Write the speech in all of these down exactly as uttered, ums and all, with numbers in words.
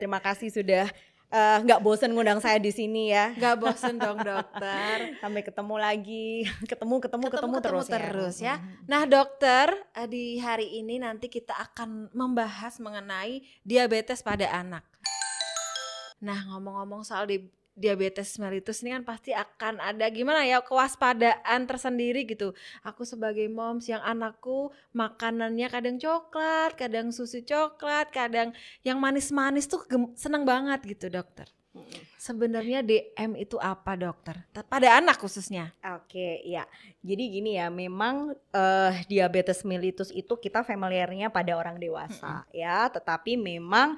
Terima kasih sudah eh, nggak uh, bosen ngundang saya di sini ya. Nggak bosen dong dokter. Sampai ketemu lagi, ketemu ketemu ketemu, ketemu, ketemu terus, terus ya. ya. Nah dokter, di hari ini nanti kita akan membahas mengenai diabetes pada anak. Nah ngomong-ngomong soal di diabetes mellitus ini kan pasti akan ada gimana ya kewaspadaan tersendiri gitu. Aku sebagai moms yang anakku makanannya kadang coklat, kadang susu coklat, kadang yang manis-manis tuh gem- seneng banget gitu dokter. Sebenarnya D M itu apa dokter? Pada anak khususnya. Oke, ya. Jadi gini ya, memang uh, diabetes mellitus itu kita familiarnya pada orang dewasa mm-hmm. ya, tetapi memang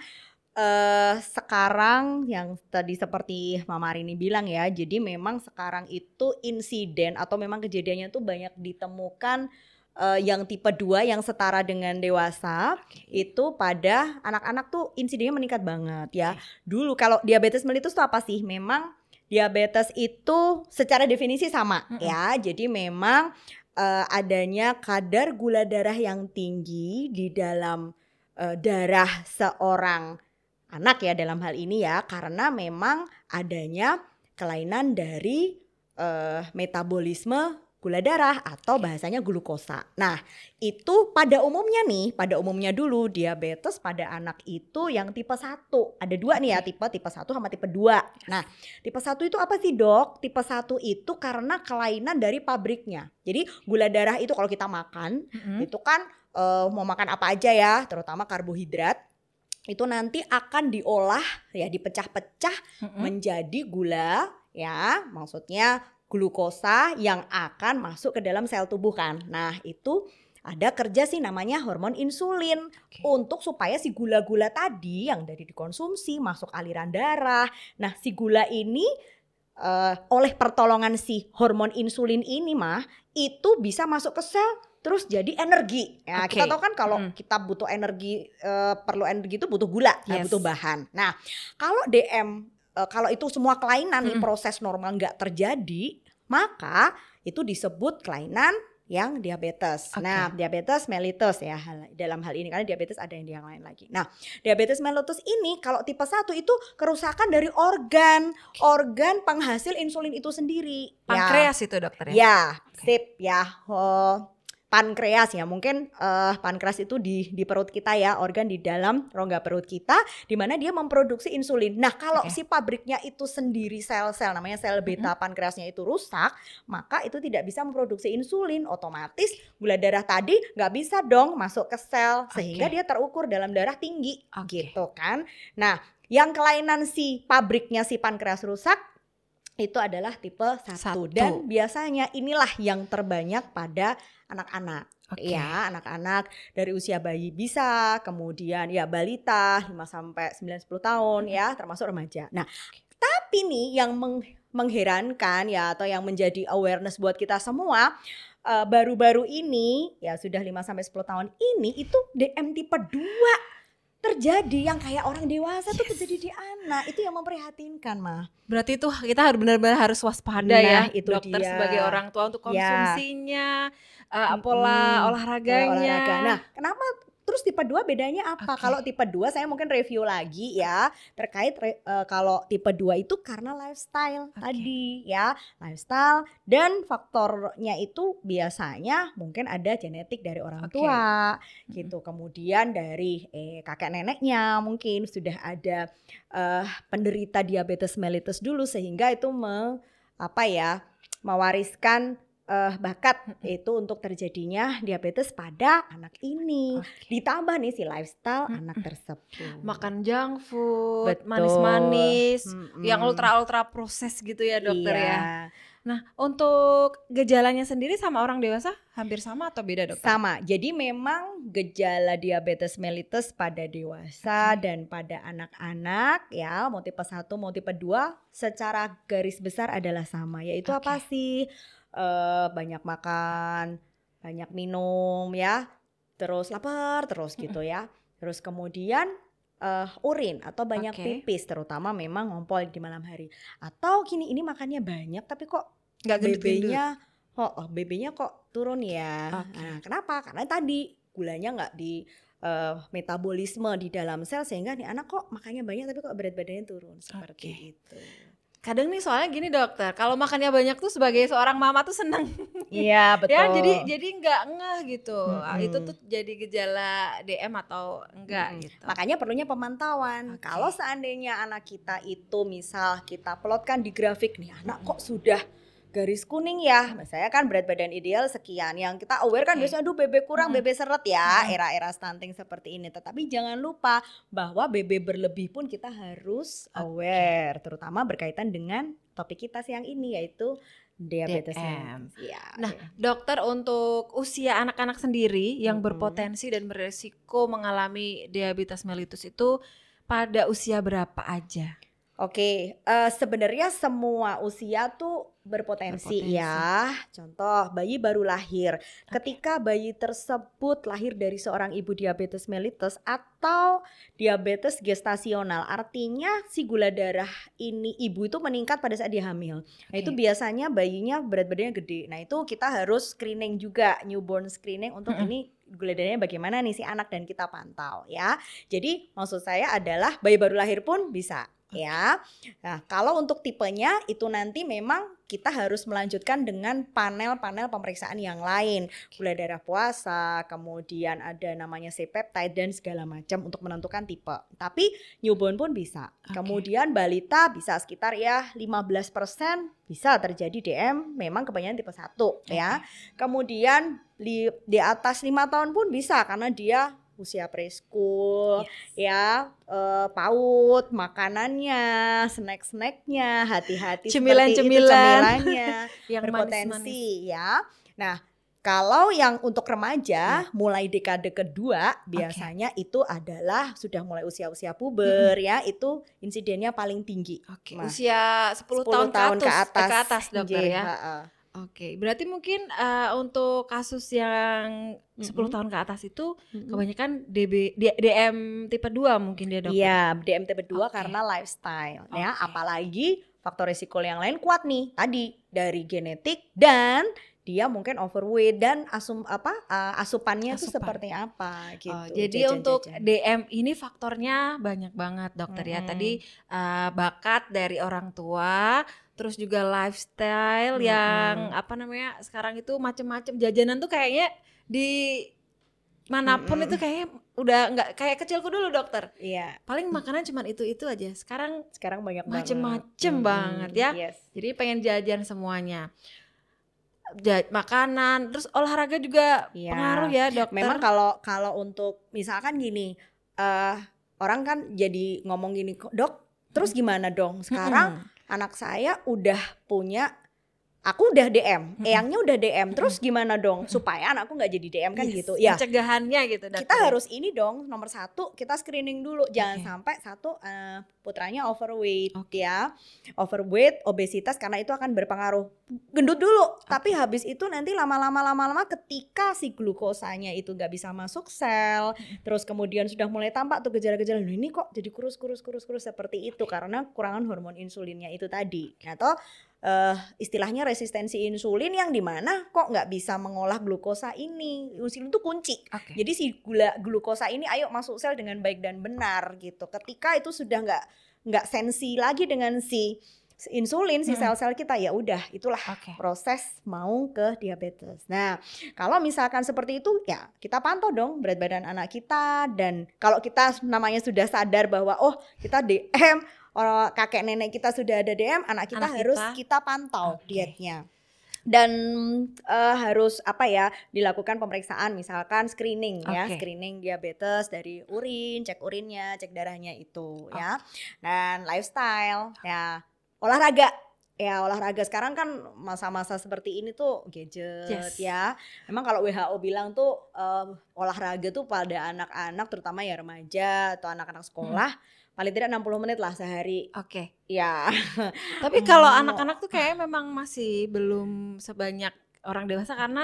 Uh, sekarang yang tadi seperti Mama Rini bilang ya, jadi memang sekarang itu insiden atau memang kejadiannya tuh banyak ditemukan uh, yang tipe dua yang setara dengan dewasa okay. Itu pada anak-anak tuh insidennya meningkat banget ya. Okay. Dulu kalau diabetes mellitus tuh apa sih? Memang diabetes itu secara definisi sama mm-hmm. ya, jadi memang uh, adanya kadar gula darah yang tinggi di dalam uh, darah seorang anak ya dalam hal ini ya, karena memang adanya kelainan dari uh, metabolisme gula darah atau bahasanya glukosa. Nah itu pada umumnya nih, pada umumnya dulu diabetes pada anak itu yang tipe satu. Ada dua nih ya, tipe tipe satu sama tipe dua. Nah tipe satu itu apa sih dok? Tipe satu itu karena kelainan dari pabriknya. Jadi gula darah itu kalau kita makan mm-hmm. itu kan uh, mau makan apa aja ya, terutama karbohidrat. Itu nanti akan diolah ya, dipecah-pecah mm-hmm. menjadi gula ya, maksudnya glukosa yang akan masuk ke dalam sel tubuh kan. Nah itu ada kerja sih namanya hormon insulin okay. untuk supaya si gula-gula tadi yang dari dikonsumsi masuk aliran darah. Nah si gula ini uh, oleh pertolongan si hormon insulin ini mah itu bisa masuk ke sel terus jadi energi. Ya, okay. Kita tahu kan kalau hmm. kita butuh energi, uh, perlu energi itu butuh gula, yes. nah, butuh bahan. Nah, kalau D M, uh, kalau itu semua kelainan hmm. nih proses normal nggak terjadi, maka itu disebut kelainan yang diabetes. Okay. Nah, diabetes mellitus ya dalam hal ini, karena diabetes ada yang yang lain lagi. Nah, diabetes mellitus ini kalau tipe satu itu kerusakan dari organ, okay. organ penghasil insulin itu sendiri. Pankreas ya. Itu dokter ya? Ya, okay. sip ya. Oh, pankreas ya, mungkin uh, pankreas itu di di perut kita ya, organ di dalam rongga perut kita di mana dia memproduksi insulin. Nah, kalau okay. si pabriknya itu sendiri sel-sel namanya sel beta mm-hmm. pankreasnya itu rusak, maka itu tidak bisa memproduksi insulin, otomatis gula darah tadi nggak bisa dong masuk ke sel okay. sehingga dia terukur dalam darah tinggi okay. gitu kan. Nah, yang kelainan si pabriknya si pankreas rusak itu adalah tipe satu dan biasanya inilah yang terbanyak pada anak-anak. Okay. Ya, anak-anak dari usia bayi bisa, kemudian ya balita lima sampai sembilan sepuluh tahun hmm. ya, termasuk remaja. Nah, tapi nih yang meng- mengherankan ya atau yang menjadi awareness buat kita semua uh, baru-baru ini ya sudah lima sampai sepuluh tahun ini itu D M tipe dua terjadi yang kayak orang dewasa yes. tuh terjadi di anak. Itu yang memprihatinkan mah. Berarti itu kita harus benar-benar harus waspada nah, ya itu dokter dia. Sebagai orang tua untuk konsumsinya, ya. uh, hmm, pola olahraganya. Olahraga. Nah, kenapa terus tipe dua bedanya apa? Okay. Kalau tipe dua saya mungkin review lagi ya terkait re, uh, kalau tipe dua itu karena lifestyle okay. tadi ya, lifestyle dan faktornya itu biasanya mungkin ada genetik dari orang okay. tua gitu. Kemudian dari eh, kakek neneknya mungkin sudah ada uh, penderita diabetes mellitus dulu sehingga itu me, apa ya mewariskan Uh, bakat hmm. itu untuk terjadinya diabetes pada anak ini. Okay. Ditambah nih si lifestyle hmm. anak tersebut. Makan junk food, betul. Manis-manis, hmm. yang ultra-ultra proses gitu ya dokter iya. ya. Nah untuk gejalanya sendiri sama orang dewasa hampir sama atau beda dokter? Sama, jadi memang gejala diabetes mellitus pada dewasa okay. dan pada anak-anak ya mau tipe satu mau tipe dua secara garis besar adalah sama, yaitu okay. apa sih? Uh, banyak makan, banyak minum ya, terus lapar terus gitu ya, terus kemudian uh, urin atau banyak okay. pipis, terutama memang ngompol di malam hari. Atau gini, ini makannya banyak tapi kok nggak B B-nya, oh, oh B B-nya kok turun ya? Okay. Nah, kenapa? Karena tadi gulanya nggak di uh, metabolisme di dalam sel sehingga nih anak kok makannya banyak tapi kok berat badannya turun seperti Oke. itu. Kadang nih soalnya gini dokter, kalau makannya banyak tuh sebagai seorang mama tuh seneng. Iya betul. Ya jadi jadi nggak ngeh gitu. Mm-mm. Itu tuh jadi gejala D M atau enggak Mm-mm. gitu. Makanya perlunya pemantauan. Oke. Kalau seandainya anak kita itu misal kita plotkan di grafik nih anak kok sudah garis kuning ya, misalnya kan berat badan ideal sekian, yang kita aware kan Oke. biasanya aduh B B kurang, Mm-mm. B B seret ya, Mm-mm. era-era stunting seperti ini. Tetapi jangan lupa bahwa B B berlebih pun kita harus aware, terutama berkaitan dengan topik kita siang ini yaitu diabetes D M. mellitus. Ya, Nah, ya. dokter untuk usia anak-anak sendiri yang Mm-mm. berpotensi dan beresiko mengalami diabetes mellitus itu pada usia berapa aja? Oke, eh, sebenarnya semua usia tuh berpotensi, Berpotensi. ya. Contoh, bayi baru lahir. Ketika bayi tersebut lahir dari seorang ibu diabetes mellitus atau diabetes gestasional, artinya si gula darah ini ibu itu meningkat pada saat dia hamil. Nah, itu Oke. biasanya bayinya berat badannya gede. Nah, itu kita harus screening juga, newborn screening untuk Mm-mm. ini gula darahnya bagaimana nih si anak dan kita pantau, ya. Jadi maksud saya adalah bayi baru lahir pun bisa. Ya, nah kalau untuk tipenya itu nanti memang kita harus melanjutkan dengan panel-panel pemeriksaan yang lain, gula darah puasa, kemudian ada namanya C-peptide dan segala macam untuk menentukan tipe. Tapi newborn pun bisa. Oke. Kemudian balita bisa sekitar ya lima belas persen bisa terjadi D M, memang kebanyakan tipe satu ya. Kemudian di, di atas lima tahun pun bisa karena dia usia preschool, Yes. ya, eh, PAUD, makanannya, snack-snacknya, hati-hati seperti itu, Cemilan-cemilan cemilannya yang berpotensi, manis-manis. ya. Nah, kalau yang untuk remaja, mulai dekade kedua biasanya itu adalah sudah mulai usia-usia puber, ya, itu insidennya paling tinggi. Oke, Nah, usia sepuluh, sepuluh tahun, tahun ke ke atas, atas, ke atas dokter Nggih, ya. heeh. Oke, berarti mungkin uh, untuk kasus yang sepuluh Mm-mm. tahun ke atas itu Mm-mm. kebanyakan D B, D, D M tipe dua mungkin dia dokter. Iya, D M tipe dua Oke. karena lifestyle, ya. Oke. Apalagi faktor risiko yang lain kuat nih. Tadi dari genetik dan dia mungkin overweight dan asum apa uh, asupannya itu Asupan. seperti apa gitu. Oh, jadi untuk jajan-jajan. D M ini faktornya banyak banget dokter ya. Mm-mm. Tadi uh, bakat dari orang tua, terus juga lifestyle Mm-mm. yang apa namanya sekarang itu macem-macem jajanan tuh kayaknya di manapun Mm-mm. itu kayaknya udah nggak kayak kecilku dulu dokter. Iya, Paling makanan cuman itu-itu aja. Sekarang sekarang banyak macem-macem banget. banget ya. Yes. jadi pengen jajan semuanya. Ja- makanan, terus olahraga juga Iya. pengaruh ya dokter. Memang kalau kalau untuk misalkan gini, eh orang kan jadi ngomong gini, "Kok, Dok, terus gimana dong? Sekarang Mm-mm. anak saya udah punya, aku udah D M, Mm-mm. eyangnya udah D M, terus gimana dong supaya anakku nggak jadi D M kan Yes, gitu?" Ya, pencegahannya gitu dokter. kita harus ini dong, nomor satu kita screening dulu, jangan Oke. sampai satu eh, putranya overweight, Oke. ya, overweight, obesitas karena itu akan berpengaruh. Gendut dulu, tapi habis itu nanti lama-lama lama-lama ketika si glukosanya itu nggak bisa masuk sel, terus kemudian sudah mulai tampak tuh gejala-gejala, "Loh, ini kok jadi kurus kurus kurus kurus seperti itu karena kurangan hormon insulinnya itu tadi." Atau uh, istilahnya resistensi insulin yang dimana kok nggak bisa mengolah glukosa ini. Insulin itu kunci. Oke. Jadi si gula glukosa ini ayo masuk sel dengan baik dan benar gitu. Ketika itu sudah nggak nggak sensi lagi dengan si insulin, si Mm-mm. sel-sel kita, ya udah itulah Oke. proses mau ke diabetes. Nah, kalau misalkan seperti itu ya kita pantau dong berat badan anak kita, dan kalau kita namanya sudah sadar bahwa oh kita D M, orang kakek nenek kita sudah ada D M, anak kita Anak harus kita. kita pantau Oke. dietnya. Dan eh, harus apa ya, dilakukan pemeriksaan misalkan screening ya, Oke. screening diabetes dari urin, cek urinnya, cek darahnya itu ya. Dan lifestyle ya, olahraga. Ya olahraga sekarang kan masa-masa seperti ini tuh gadget Yes. ya. Memang kalau W H O bilang tuh eh, olahraga tuh pada anak-anak terutama ya remaja atau anak-anak sekolah paling tidak enam puluh menit lah sehari. Oke. Ya. Tapi kalau Hmm. anak-anak tuh kayak memang masih belum sebanyak orang dewasa karena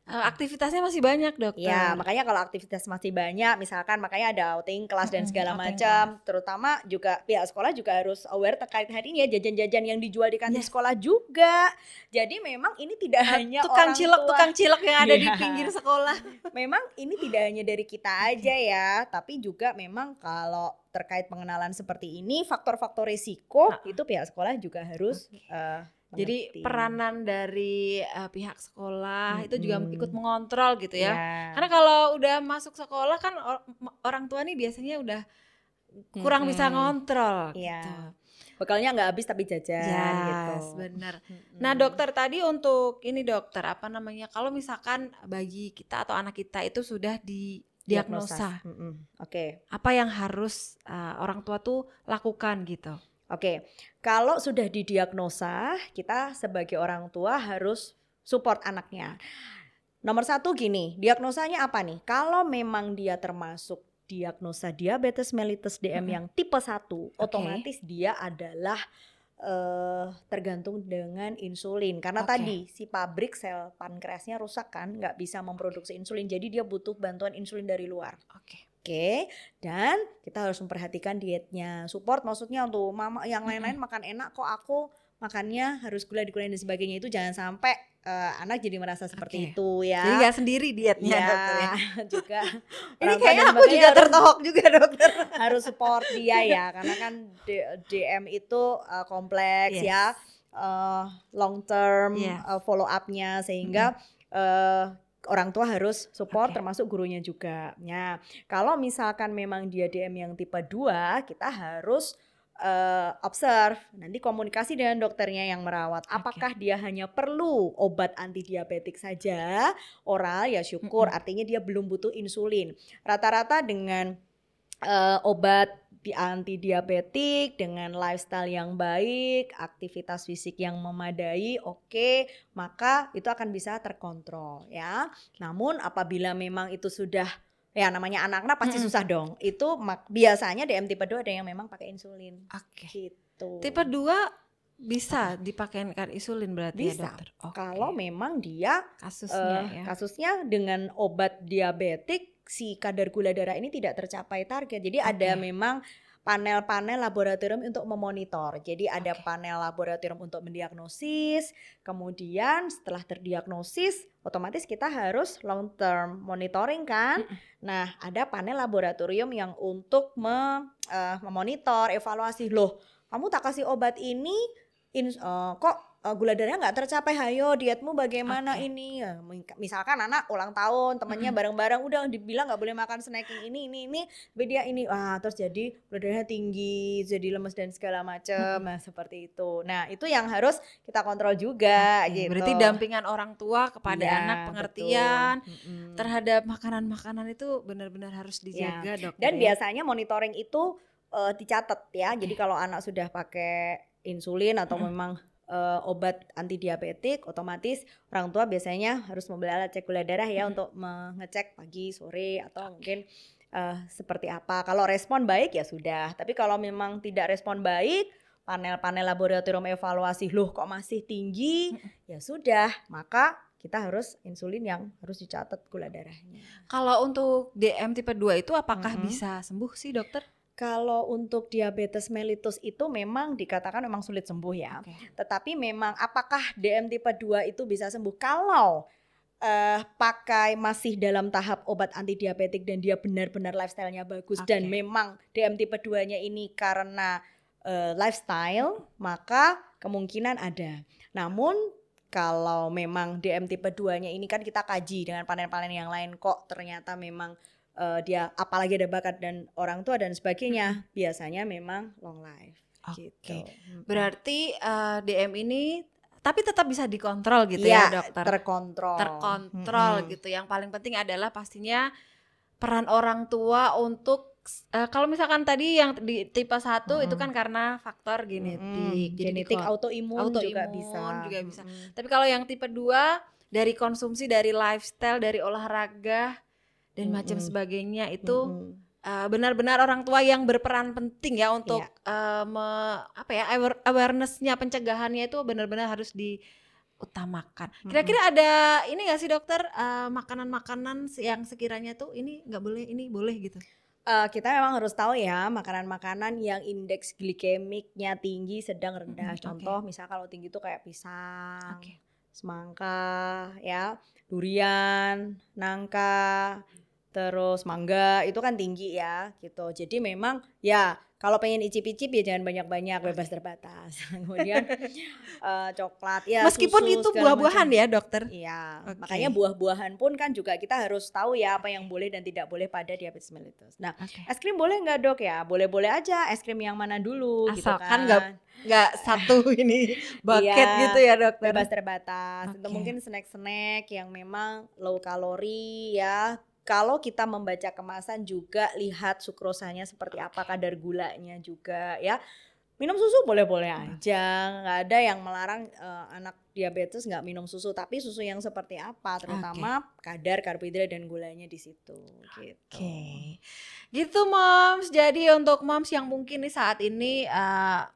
Uh, aktivitasnya masih banyak dokter. Ya, makanya kalau aktivitas masih banyak, misalkan makanya ada outing kelas dan segala outing macam. Terutama juga pihak sekolah juga harus aware terkait hal ini ya, jajan-jajan yang dijual di kantin Yes. sekolah juga. Jadi memang ini tidak Uh, hanya tukang orang cilok, tua. tukang cilok yang ada di Iya. pinggir sekolah. Memang ini tidak hanya dari kita aja ya, tapi juga memang kalau terkait pengenalan seperti ini, faktor-faktor risiko Uh-uh. itu pihak sekolah juga harus uh, Jadi mengerti. peranan dari uh, pihak sekolah Mm-mm. itu juga ikut mengontrol gitu ya. Ya. Karena kalau udah masuk sekolah kan or- orang tua nih biasanya udah kurang Mm-mm. bisa ngontrol Iya. gitu. Bekalnya nggak habis tapi jajan gitu. Yes, benar. Mm-mm. Nah dokter tadi untuk ini dokter apa namanya kalau misalkan bagi kita atau anak kita itu sudah didiagnosa, Mm-mm. Oke. apa yang harus uh, orang tua tuh lakukan gitu? Oke, kalau sudah didiagnosa, kita sebagai orang tua harus support anaknya. Nomor satu gini, diagnosanya apa nih? Kalau memang dia termasuk diagnosa diabetes mellitus D M Mm-mm. yang tipe satu, Oke. otomatis dia adalah uh, tergantung dengan insulin. Karena Oke. tadi si pabrik sel pankreasnya rusak kan, nggak bisa memproduksi insulin. Jadi dia butuh bantuan insulin dari luar. Oke. Oke, dan kita harus memperhatikan dietnya. Support maksudnya untuk mama yang lain-lain Mm-mm. makan enak kok aku makannya harus gula dikurangi dan sebagainya, itu jangan sampai uh, anak jadi merasa seperti Oke. itu ya. Jadi gak sendiri dietnya Ya, dokter ya. juga Ini orang tua kayaknya dan aku sebagainya juga harus- tertohok juga dokter. harus support dia ya, karena kan D- DM itu uh, kompleks Yes. ya, uh, long term Yes. uh, follow up-nya, sehingga uh, orang tua harus support, Oke. termasuk gurunya juga. Nah, kalau misalkan memang dia D M yang tipe dua, kita harus uh, observe, nanti komunikasi dengan dokternya yang merawat. Apakah dia hanya perlu obat antidiabetik saja, oral ya syukur, Mm-mm. artinya dia belum butuh insulin. Rata-rata dengan uh, obat di antidiabetik dengan lifestyle yang baik, aktivitas fisik yang memadai, oke, maka itu akan bisa terkontrol ya. Namun apabila memang itu sudah, ya namanya anak-anak pasti Mm-mm. susah dong. Itu mak- biasanya D M tipe dua ada yang memang pakai insulin. Oke. Gitu. Tipe dua bisa dipakai insulin berarti Bisa. ya dokter? Oke. Kalau memang dia kasusnya eh, ya. kasusnya dengan obat diabetik, si kadar gula darah ini tidak tercapai target. Jadi ada Oke. memang panel-panel laboratorium untuk memonitor. Jadi ada Oke. panel laboratorium untuk mendiagnosis, kemudian setelah terdiagnosis otomatis kita harus long term monitoring kan. Mm-mm. Nah, ada panel laboratorium yang untuk me- eh, memonitor, evaluasi. Loh, kamu tak kasih obat ini in, eh, kok Uh, gula darahnya nggak tercapai, hayo dietmu bagaimana Oke. ini ya, misalkan anak ulang tahun temannya Mm-mm. bareng-bareng udah dibilang nggak boleh makan snacking ini ini ini tapi dia ini ah terus jadi gula darahnya tinggi, jadi lemes dan segala macam. Mm-mm. Nah seperti itu. Nah itu yang harus kita kontrol juga. Oke, Gitu. berarti dampingan orang tua kepada Iya, anak, pengertian betul. Mm-mm. terhadap makanan-makanan itu benar-benar harus dijaga dokter. Dan ya. biasanya monitoring itu uh, dicatat ya. Jadi kalau anak sudah pakai insulin atau Mm-mm. memang uh, obat antidiabetik, otomatis orang tua biasanya harus membeli alat cek gula darah ya Mm-mm. untuk mengecek pagi, sore atau mungkin uh, seperti apa. Kalau respon baik ya sudah. Tapi kalau memang tidak respon baik, panel-panel laboratorium evaluasi loh kok masih tinggi, Mm-mm. ya sudah. Maka kita harus insulin yang harus dicatat gula darahnya. Kalau untuk D M tipe dua itu apakah Mm-mm. bisa sembuh sih dokter? Kalau untuk diabetes mellitus itu memang dikatakan memang sulit sembuh ya. Oke. Tetapi memang apakah D M tipe dua itu bisa sembuh kalau uh, pakai masih dalam tahap obat antidiabetik dan dia benar-benar lifestyle-nya bagus. Oke. Dan memang D M tipe dua-nya ini karena uh, lifestyle, maka kemungkinan ada. Namun kalau memang D M tipe dua-nya ini kan kita kaji dengan panel-panel yang lain, kok ternyata memang Uh, dia apalagi ada bakat dan orang tua dan sebagainya, biasanya memang long life. Oke. Gitu. Berarti uh, D M ini tapi tetap bisa dikontrol gitu ya, ya dokter. terkontrol. Terkontrol Mm-mm. gitu. Yang paling penting adalah pastinya peran orang tua untuk uh, kalau misalkan tadi yang di tipe satu Mm-mm. itu kan karena faktor genetik. Mm-mm. Jadi Genetik, dikon- autoimun, autoimun juga bisa. juga bisa. Mm-mm. Tapi kalau yang tipe dua dari konsumsi, dari lifestyle, dari olahraga dan Mm-mm. macam sebagainya itu Mm-mm. uh, benar-benar orang tua yang berperan penting ya untuk Iya. uh, me- apa ya aware- awareness-nya, pencegahannya itu benar-benar harus di utamakan. Mm-mm. Kira-kira ada ini nggak sih dokter uh, makanan-makanan yang sekiranya tuh ini nggak boleh, ini boleh gitu? Uh, kita memang harus tahu ya makanan-makanan yang indeks glikemiknya tinggi, sedang, rendah. Mm-mm, Contoh okay. misal kalau tinggi itu kayak pisang, Okay. semangka, ya, durian, nangka, terus mangga itu kan tinggi ya gitu. Jadi memang ya kalau pengen icip-icip ya jangan banyak-banyak, bebas terbatas. Kemudian uh, coklat ya, Meskipun susu itu segala buah-buahan macam. ya dokter. Iya, Okay. makanya buah-buahan pun kan juga kita harus tahu ya apa yang boleh dan tidak boleh pada diabetes mellitus. Nah, Okay. es krim boleh nggak dok ya? Boleh-boleh aja. Es krim yang mana dulu gitu kan? Asalkan nggak nggak satu ini bucket iya, gitu ya dokter. Bebas terbatas. Okay. Atau mungkin snack-snack yang memang low kalori ya. Kalau kita membaca kemasan juga lihat sukrosanya seperti apa, kadar gulanya juga ya. Minum susu boleh-boleh aja, nggak ada yang melarang uh, anak diabetes nggak minum susu, tapi susu yang seperti apa, terutama okay. kadar karbohidrat dan gulanya di situ. Gitu. Oke, okay. Gitu moms. Jadi untuk moms yang mungkin nih saat ini uh,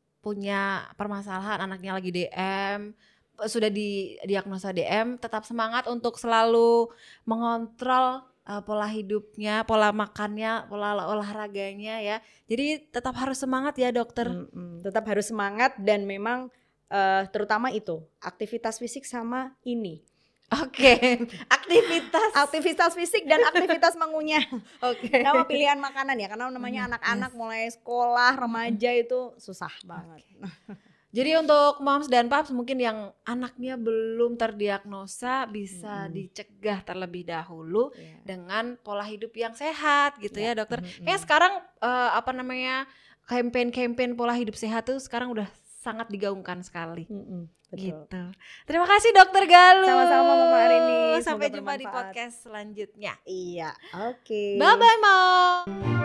punya permasalahan anaknya lagi D M, sudah di diagnosa D M, tetap semangat untuk selalu mengontrol uh, pola hidupnya, pola makannya, pola olahraganya ya. Jadi tetap harus semangat ya dokter. Mm-mm, tetap harus semangat dan memang uh, terutama itu aktivitas fisik sama ini. Oke, okay. aktivitas aktivitas fisik dan aktivitas mengunyah. Oke. Okay. Nama pilihan makanan ya, karena namanya anak-anak yes. mulai sekolah, remaja itu susah banget. Okay. Jadi untuk moms dan paps mungkin yang anaknya belum terdiagnosa bisa hmm. dicegah terlebih dahulu yeah. dengan pola hidup yang sehat gitu yeah. ya dokter. Hmm. Kayak sekarang uh, apa namanya campaign-campaign pola hidup sehat tuh sekarang udah sangat digaungkan sekali. Hmm. Betul. Gitu. Terima kasih dokter Galuh. Sama-sama Mama Arini. Sampai jumpa di podcast selanjutnya. Iya. Oke. Okay. Bye bye Mom.